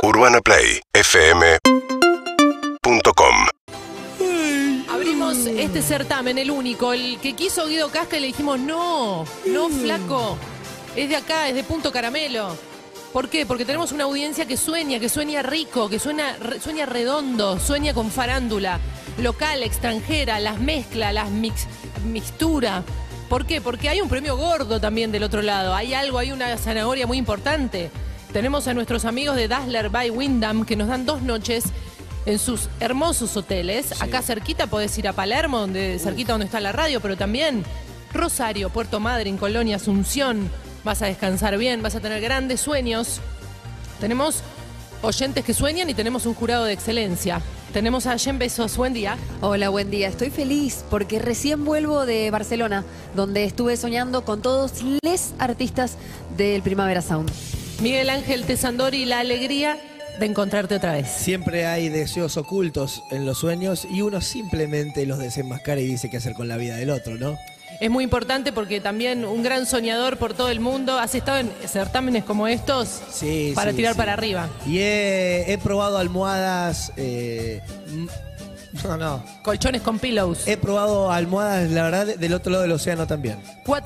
UrbanaPlayFM.com. Abrimos este certamen, el único, el que quiso Guido Casca y le dijimos, no, flaco, es de acá, es de Punto Caramelo. ¿Por qué? Porque tenemos una audiencia que sueña rico, que sueña redondo, sueña con farándula, local, extranjera, las mezclas, las mixtura. ¿Por qué? Porque hay un premio gordo también del otro lado, hay una zanahoria muy importante. Tenemos a nuestros amigos de Dazzler by Wyndham que nos dan 2 noches en sus hermosos hoteles. Sí. Acá cerquita podés ir a Palermo, cerquita donde está la radio, pero también Rosario, Puerto Madryn, Colonia, Asunción. Vas a descansar bien, vas a tener grandes sueños. Tenemos oyentes que sueñan y tenemos un jurado de excelencia. Tenemos a Jen Besos. Buen día. Hola, buen día. Estoy feliz porque recién vuelvo de Barcelona, donde estuve soñando con todos les artistas del Primavera Sound. Miguel Ángel Tesandori, la alegría de encontrarte otra vez. Siempre hay deseos ocultos en los sueños y uno simplemente los desenmascara y dice qué hacer con la vida del otro, ¿no? Es muy importante porque también un gran soñador por todo el mundo. ¿Has estado en certámenes como estos? Sí, para tirar para arriba. Y he probado almohadas... Colchones con pillows. He probado almohadas, la verdad, del otro lado del océano también.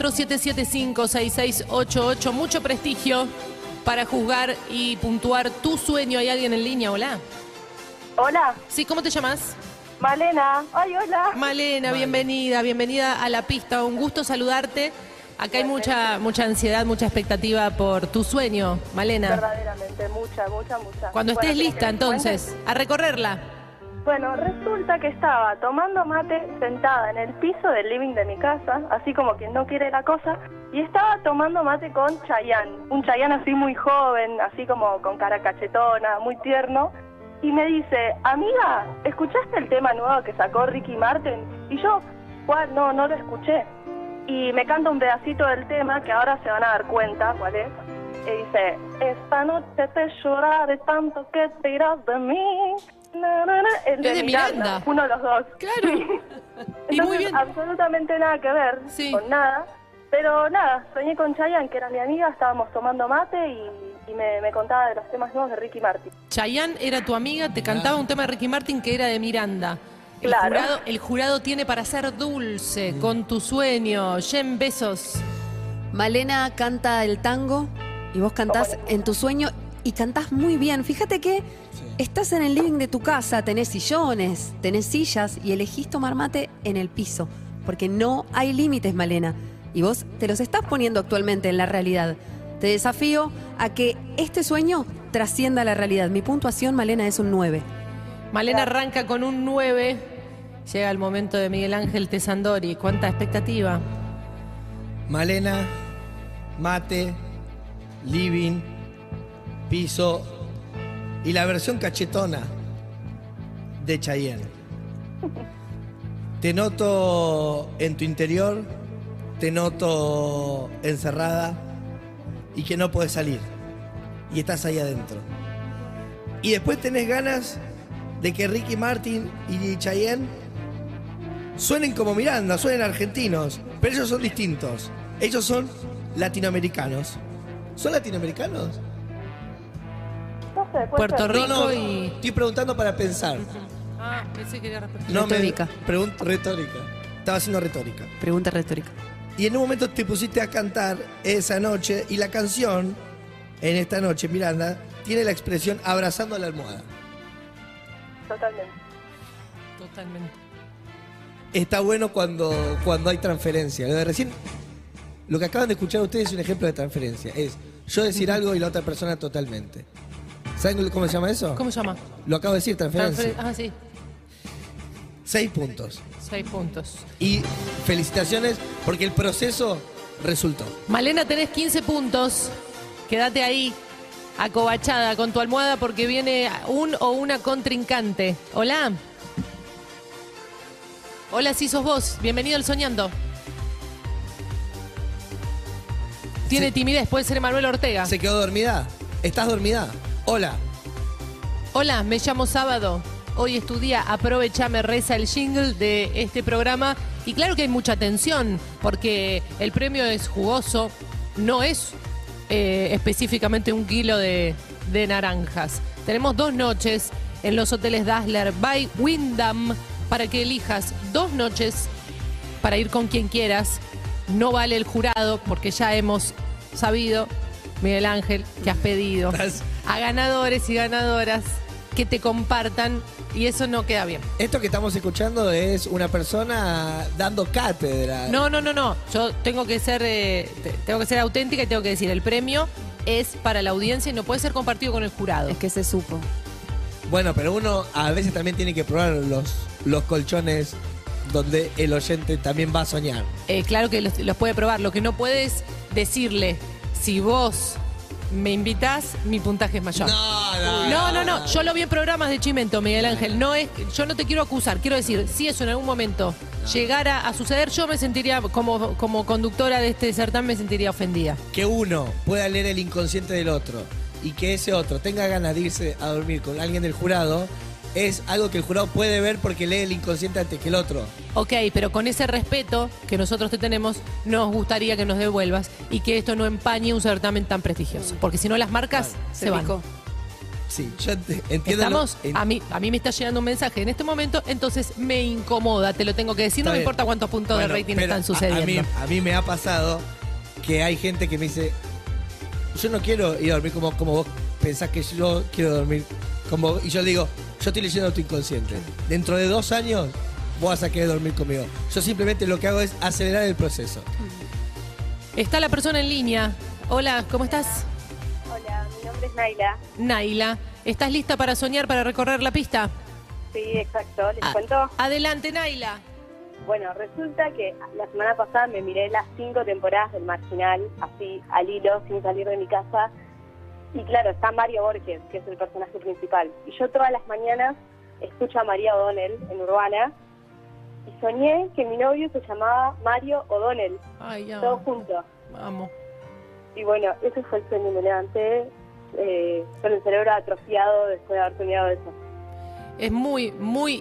47756688. Mucho prestigio para juzgar y puntuar tu sueño. ¿Hay alguien en línea? Hola. Hola. Sí, ¿cómo te llamas? Malena. Ay, hola. Malena, bienvenida a la pista. Un gusto saludarte. Acá hay mucha ansiedad, mucha expectativa por tu sueño, Malena. Verdaderamente, mucha. Cuando estés lista, entonces, a recorrerla. Bueno, resulta que estaba tomando mate sentada en el piso del living de mi casa, así como quien no quiere la cosa, y estaba tomando mate con Chayanne. Un Chayanne así muy joven, así como con cara cachetona, muy tierno. Y me dice, amiga, ¿escuchaste el tema nuevo que sacó Ricky Martin? Y yo, ¿cuál? No lo escuché. Y me canta un pedacito del tema que ahora se van a dar cuenta cuál es. Y dice, esta noche te lloraré tanto que te irás de mí. El de Miranda, uno de los dos. Claro. Sí. Y Entonces, muy bien. absolutamente nada que ver con nada. Pero nada, soñé con Chayanne, que era mi amiga, estábamos tomando mate y me contaba de los temas nuevos de Ricky Martin. Chayanne era tu amiga, te cantaba un tema de Ricky Martin que era de Miranda. Claro. El jurado tiene para ser dulce con tu sueño. Jen Besos. Malena canta el tango y vos cantás en tu sueño y cantás muy bien. Fíjate que estás en el living de tu casa, tenés sillones, tenés sillas y elegís tomar mate en el piso. Porque no hay límites, Malena. Y vos te los estás poniendo actualmente en la realidad. Te desafío a que este sueño trascienda la realidad. Mi puntuación, Malena, es un 9. Malena arranca con un 9. Llega el momento de Miguel Ángel Tesandori. ¿Cuánta expectativa? Malena, mate, living, piso y la versión cachetona de Chayanne. Te noto en tu interior, te noto encerrada y que no podés salir. Y estás ahí adentro. Y después tenés ganas de que Ricky Martin y Chayanne suenen como Miranda, suenen argentinos, pero ellos son distintos. Ellos son latinoamericanos. ¿Son latinoamericanos? No sé, Puerto Rico No, y... estoy preguntando para pensar. Ah, pensé que era responder. No, Retórica. Retórica. Estaba haciendo retórica. Pregunta retórica. Y en un momento te pusiste a cantar esa noche y la canción, en esta noche, Miranda, tiene la expresión abrazando a la almohada. Totalmente. Está bueno cuando hay transferencia. Lo de recién, lo que acaban de escuchar ustedes es un ejemplo de transferencia. Es yo decir algo y la otra persona totalmente. ¿Saben cómo se llama eso? ¿Cómo se llama? Lo acabo de decir, transferencia. Sí. 6 puntos. 6 puntos. Y felicitaciones porque el proceso resultó. Malena, tenés 15 puntos. Quédate ahí, acobachada con tu almohada porque viene un o una contrincante. Hola. Hola, sí sos vos. Bienvenido al Soñando. Tiene timidez, puede ser Manuel Ortega. ¿Se quedó dormida? ¿Estás dormida? Hola. Hola, me llamo Sábado. Hoy es tu día, aprovechame, reza el jingle de este programa. Y claro que hay mucha tensión, porque el premio es jugoso, no es específicamente 1 kilo de de naranjas. Tenemos 2 noches en los hoteles Dazzler by Wyndham para que elijas 2 noches para ir con quien quieras. No vale el jurado porque ya hemos sabido, Miguel Ángel, que has pedido a ganadores y ganadoras que te compartan y eso no queda bien. Esto que estamos escuchando es una persona dando cátedra. No. Yo tengo que ser auténtica y tengo que decir, el premio es para la audiencia y no puede ser compartido con el jurado. Es que se supo. Bueno, pero uno a veces también tiene que probar los colchones donde el oyente también va a soñar. Claro que los puede probar. Lo que no puede es decirle, si vos me invitás, mi puntaje es mayor. No. Yo lo vi en programas de Chimento, Miguel Ángel. Yo no te quiero acusar. Quiero decir, si eso en algún momento llegara a suceder, yo me sentiría, como conductora de este certamen, me sentiría ofendida. Que uno pueda leer el inconsciente del otro y que ese otro tenga ganas de irse a dormir con alguien del jurado es algo que el jurado puede ver porque lee el inconsciente antes que el otro. Ok, pero con ese respeto que nosotros te tenemos, nos gustaría que nos devuelvas y que esto no empañe un certamen tan prestigioso. Porque si no, las marcas se van. picó. Sí, yo entiendo. ¿Estamos? A mí me está llegando un mensaje en este momento, entonces me incomoda, te lo tengo que decir, Está no me bien. importa cuántos puntos de rating pero están sucediendo. A mí me ha pasado que hay gente que me dice, yo no quiero ir a dormir como vos pensás que yo quiero dormir como vos. Y yo le digo, yo estoy leyendo tu inconsciente. Dentro de 2 años vos vas a querer dormir conmigo. Yo simplemente lo que hago es acelerar el proceso. Está la persona en línea. Hola, ¿cómo estás? Hola, mi nombre es Naila. Naila, ¿estás lista para soñar, para recorrer la pista? Sí, exacto. ¿Les cuento? Adelante, Naila. Bueno, resulta que la semana pasada me miré las 5 temporadas del Marginal, así al hilo, sin salir de mi casa. Y claro, está Mario Borges, que es el personaje principal. Y yo todas las mañanas escucho a María O'Donnell en Urbana. Y soñé que mi novio se llamaba Mario O'Donnell. Ay, ya. Todos juntos. Vamos. Y bueno, ese fue el sueño. Me levanté con el cerebro atrofiado después de haber soñado eso. Es muy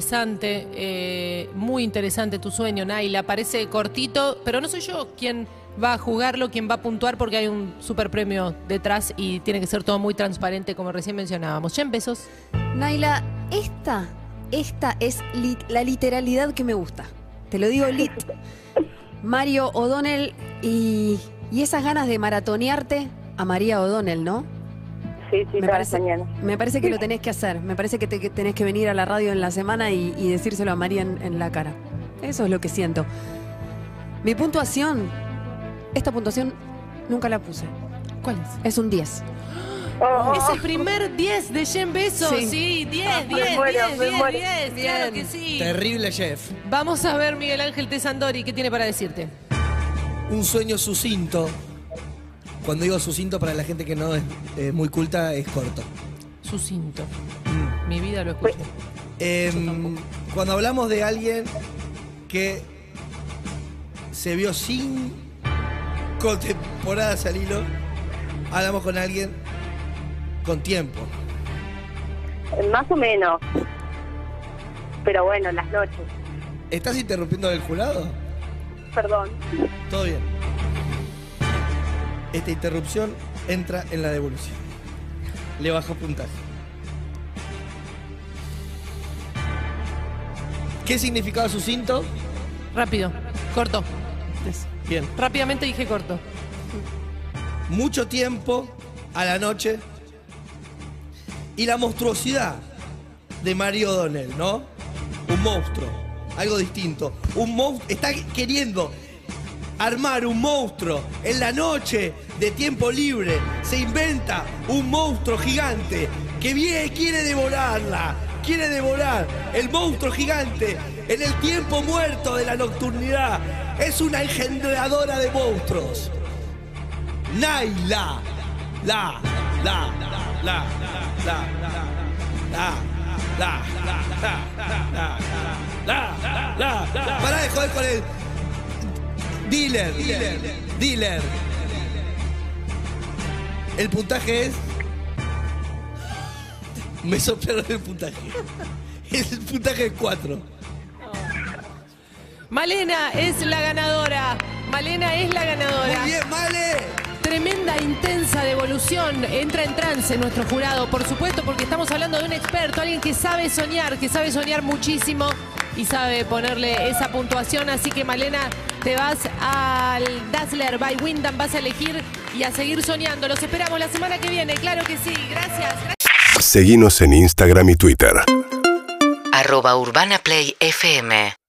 interesante tu sueño, Naila. Parece cortito, pero no soy yo quien va a jugarlo, quien va a puntuar, porque hay un super premio detrás y tiene que ser todo muy transparente, como recién mencionábamos. 100 pesos. Naila, esta es la literalidad que me gusta. Te lo digo, lit. Mario O'Donnell y esas ganas de maratonearte a María O'Donnell, ¿no? Sí, todas las mañanas. Me parece que lo tenés que hacer. Me parece que tenés que venir a la radio en la semana y decírselo a María en la cara. Eso es lo que siento. Mi puntuación, esta puntuación nunca la puse. ¿Cuál es? Es un 10. Es el primer 10 de 100 pesos. Sí, 10, Me muero. claro que sí. Terrible, chef. Vamos a ver, Miguel Ángel Tesandori, ¿qué tiene para decirte? Un sueño sucinto. Cuando digo sucinto, para la gente que no es muy culta, es corto. Sucinto. Mi vida lo escuché. Cuando hablamos de alguien que se vio 5 temporadas al hilo, hablamos con alguien con tiempo. Más o menos. Pero bueno, las noches. ¿Estás interrumpiendo el jurado? Perdón. Todo bien. Esta interrupción entra en la devolución. Le bajo puntaje. ¿Qué significaba sucinto? Rápido, corto. Bien. Rápidamente dije corto. Mucho tiempo a la noche y la monstruosidad de Mario O'Donnell, ¿no? Un monstruo, algo distinto. Un monstruo, está queriendo armar un monstruo en la noche de tiempo libre. Se inventa un monstruo gigante que quiere devorarla. Quiere devorar el monstruo gigante en el tiempo muerto de la nocturnidad. Es una engendradora de monstruos. Naila. Pará de joder con el dealer. El puntaje es... Me soplaron el puntaje. El puntaje es 4. Malena es la ganadora. Muy bien, Male. tremenda, intensa devolución. Entra en trance nuestro jurado, por supuesto, porque estamos hablando de un experto, alguien que sabe soñar muchísimo y sabe ponerle esa puntuación. Así que, Malena, te vas al Dazzler by Wyndham, vas a elegir y a seguir soñando. Los esperamos la semana que viene, claro que sí. Gracias. Seguinos en Instagram y Twitter. @UrbanaPlayFM